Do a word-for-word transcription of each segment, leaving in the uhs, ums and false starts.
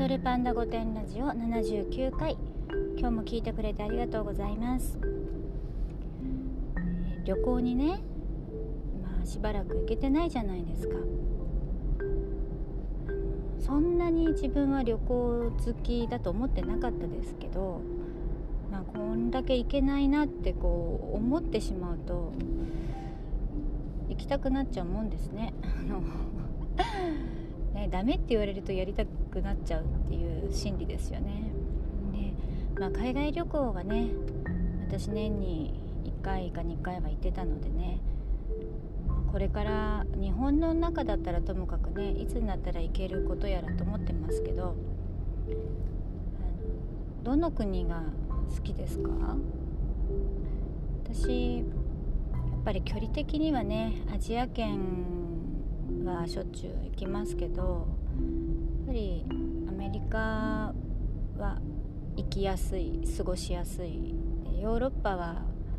ドルパンダ御殿ラジオななじゅうきゅうかい、今日も聞いてくれてありがとうございます。えー、旅行にね、まあしばらく行けてないじゃないですか。そんなに自分は旅行好きだと思ってなかったですけど、まあ、こんだけ行けないなってこう思ってしまうと行きたくなっちゃうもんですね。あのね、ダメって言われるとやりたくなっちゃうっていう心理ですよね。で、まあ、海外旅行はね、私年にいっかいかにかいは行ってたのでね、これから日本の中だったらともかくね、いつになったら行けることやらと思ってますけど、あのどの国が好きですか？私やっぱり距離的にはね、アジア圏はしょっちゅう行きますけど、やっぱりアメリカは行きやすい、過ごしやすい。ヨーロッパは、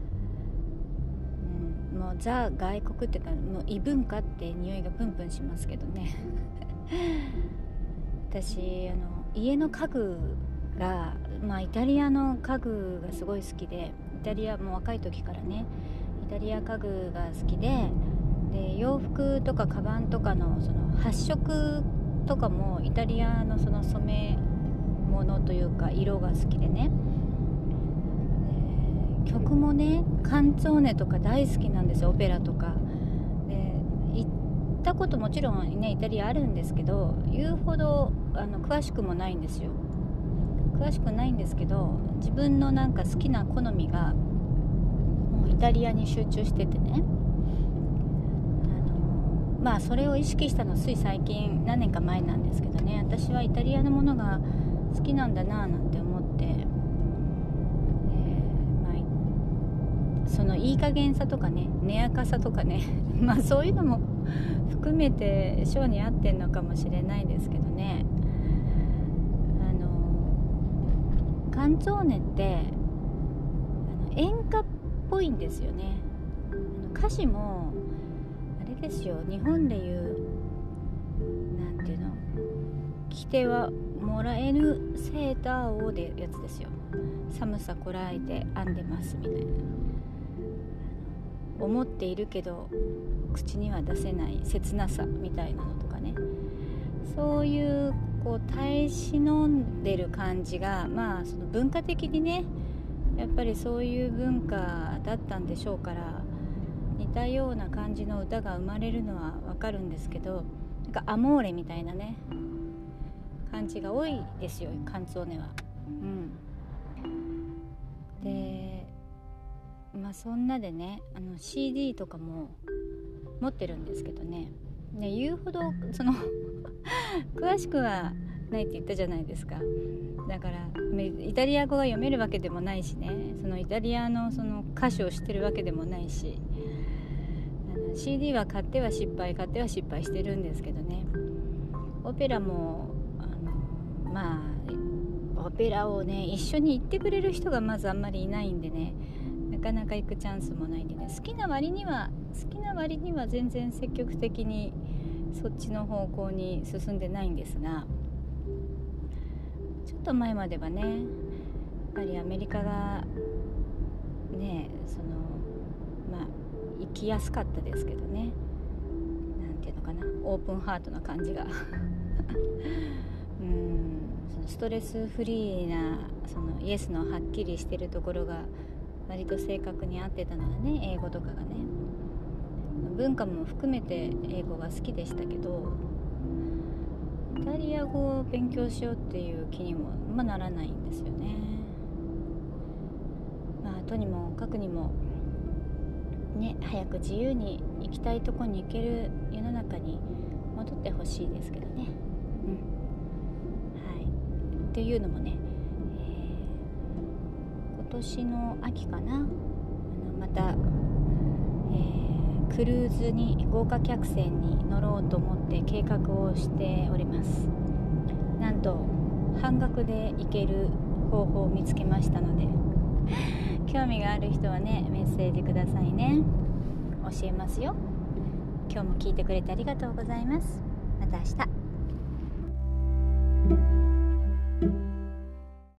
うん、もうザ外国っていうか、もう異文化って匂いがプンプンしますけどね。私あの家の家具が、まあ、イタリアの家具がすごい好きで、イタリアもう若い時からね、イタリア家具が好きで、で洋服とかカバンとかのその発色とかもイタリアのその染め物というか色が好きでね、で曲もね、カンツォーネとか大好きなんですよ、オペラとかで。行ったこともちろんねイタリアあるんですけど、言うほどあの詳しくもないんですよ。詳しくないんですけど、自分のなんか好きな好みがもうイタリアに集中しててね、まあそれを意識したのはつい最近、何年か前なんですけどね、私はイタリアのものが好きなんだななんて思って、えーまあ、そのいい加減さとかね、根やかさとかねまあそういうのも含めて性に合ってんのかもしれないですけどね。あのカンツォーネってあの演歌っぽいんですよね。あの歌詞もあれですよ、日本でいうなんていうの、着てはもらえぬセーターをでやつですよ。寒さこらえて編んでますみたいな、思っているけど口には出せない切なさみたいなのとかね、そういうこう耐え忍んでる感じが、まあその文化的にね、やっぱりそういう文化だったんでしょうから、似たような感じの歌が生まれるのはわかるんですけど、なんかアモーレみたいなね感じが多いですよ、カンツォーネは。うんで、まあそんなでね、あの シーディー とかも持ってるんですけどね、ね言うほどその詳しくはないって言ったじゃないですか。だからイタリア語が読めるわけでもないしね、そのイタリアのその歌詞を知ってるわけでもないし、あの シーディー は買っては失敗買っては失敗してるんですけどね。オペラもあのまあオペラをね一緒に行ってくれる人がまずあんまりいないんでね、なかなか行くチャンスもないんでね、好きな割には好きな割には全然積極的にそっちの方向に進んでないんですが、ちょっと前まではね、やっぱりアメリカがね、そのまあ行きやすかったですけどね、なんていうのかな、オープンハートな感じがうんそのストレスフリーな、そのイエスのはっきりしてるところが割と正確に合ってたのでね、英語とかがね、文化も含めて英語が好きでしたけど、イタリア語を勉強しようっていう気にも、まあ、ならないんですよね。まあとにもかくにもね、早く自由に行きたいとこに行ける世の中に戻ってほしいですけどね。うんはい。っていうのもね、えー、今年の秋かな、あのまた、えー、クルーズに豪華客船に乗ろうと思って計画をしております。なんと半額で行ける方法を見つけましたので興味がある人はね、メッセージくださいね。教えますよ。今日も聞いてくれてありがとうございます。また明日。